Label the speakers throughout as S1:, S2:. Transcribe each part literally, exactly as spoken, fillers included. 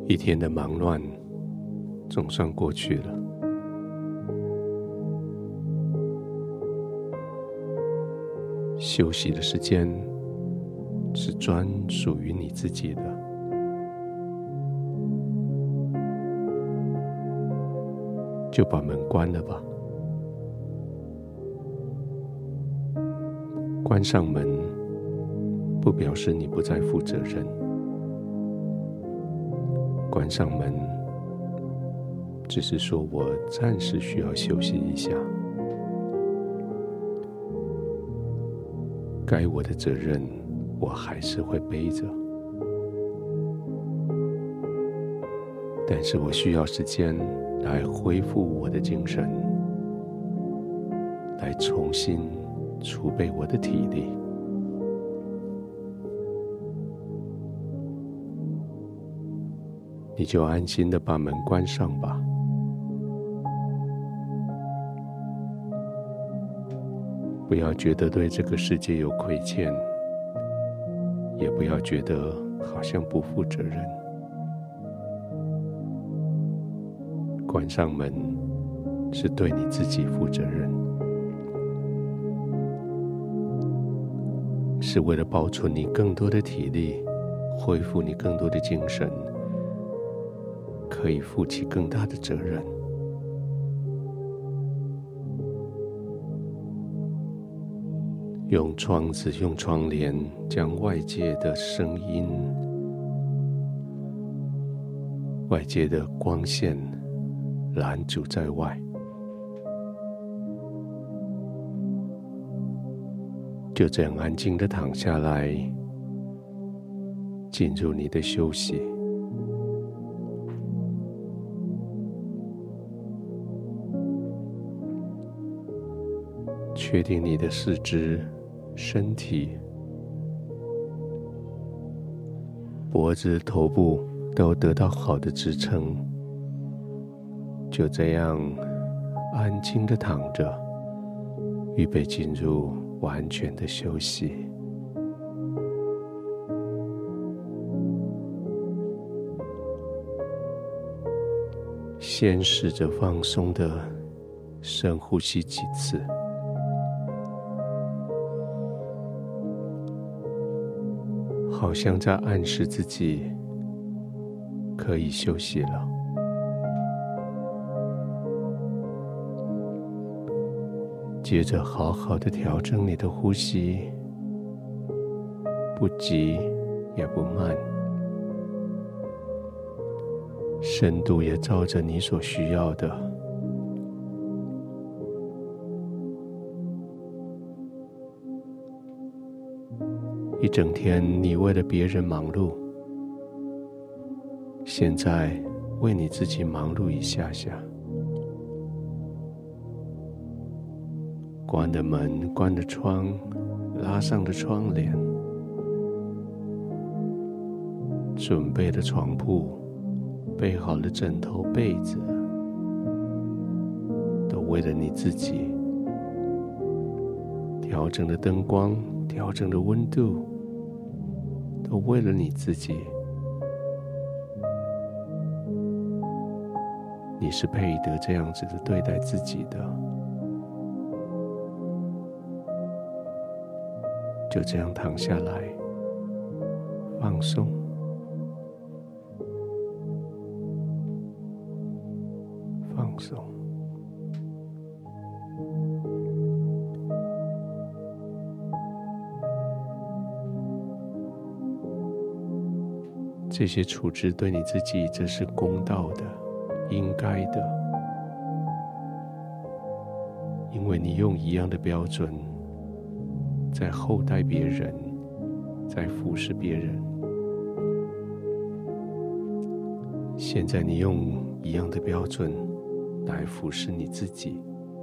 S1: 一天的忙乱总算过去了，休息的时间是专属于你自己的。就把门关了吧。关上门不表示你不再负责任，关上门只是说我暂时需要休息一下，该我的责任我还是会背着，但是我需要时间来恢复我的精神，来重新储备我的体力。你就安心的把门关上吧。不要觉得对这个世界有亏欠，也不要觉得好像不负责任。关上门是对你自己负责任，是为了保存你更多的体力，恢复你更多的精神，可以负起更大的责任。用窗子，用窗帘将外界的声音、外界的光线拦阻在外，就这样安静地躺下来，进入你的休息。确定你的四肢、身体、脖子、头部都得到好的支撑，就这样安静地躺着，预备进入完全的休息。先试着放松的深呼吸几次，好像在暗示自己可以休息了。接着好好的调整你的呼吸，不急也不慢，深度也照着你所需要的。一整天你为了别人忙碌，现在为你自己忙碌一下下。关了门，关了窗，拉上了窗帘，准备了床铺，备好了枕头被子，都为了你自己。调整了灯光，调整了温度，都为了你自己。你是配得这样子的对待自己的。就这样躺下来，放松，放松。这些处置对你自己，这是公道的，应该的，因为你用一样的标准在厚待别人，在服侍别人。现在你用一样的标准来服侍你自己，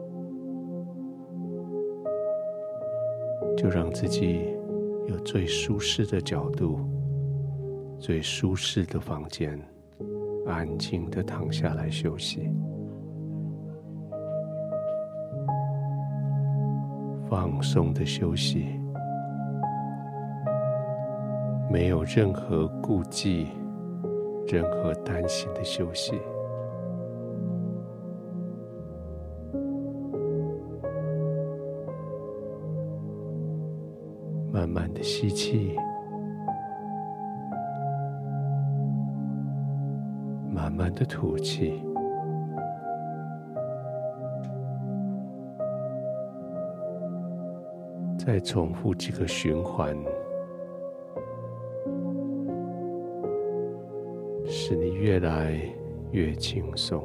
S1: 就让自己有最舒适的角度，最舒适的房间，安静地躺下来休息，放松的休息，没有任何顾忌， 任何担心的休息。慢慢的吸气，慢慢的吐气，再重复几个循环，使你越来越轻松。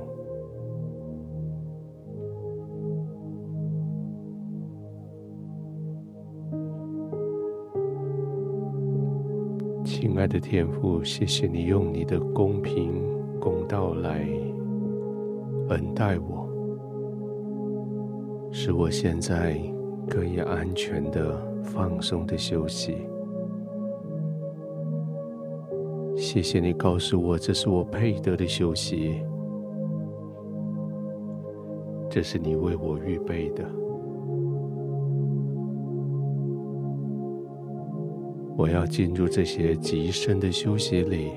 S1: 亲爱的天父，谢谢你用你的公平公道来恩待我，使我现在可以安全的放松的休息。谢谢你告诉我，这是我配得的休息，这是你为我预备的。我要进入这些极深的休息里，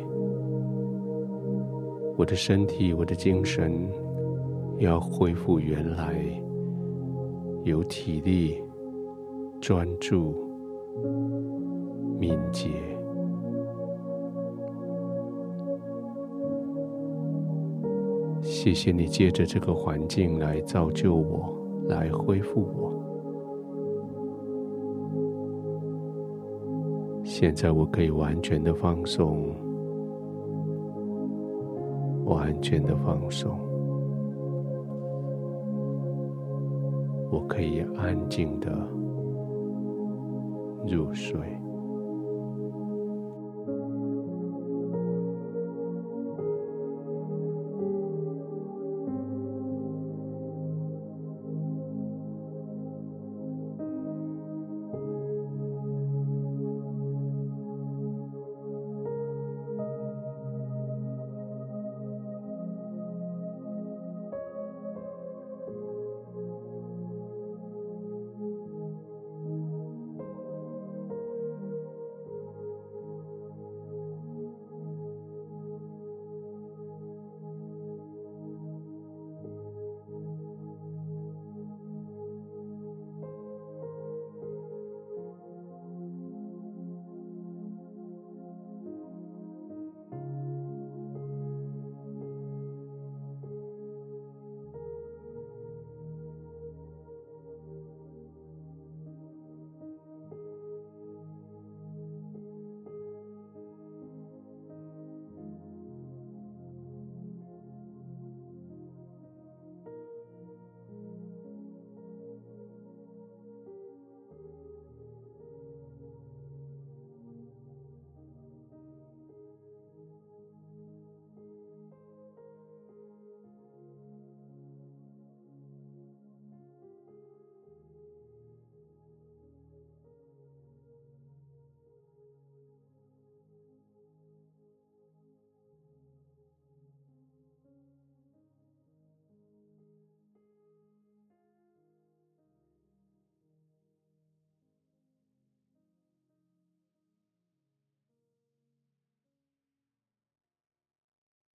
S1: 我的身体，我的精神要恢复原来有体力、专注、敏捷。谢谢你借着这个环境来造就我，来恢复我。现在我可以完全的放松，完全的放松，我可以安静的入睡。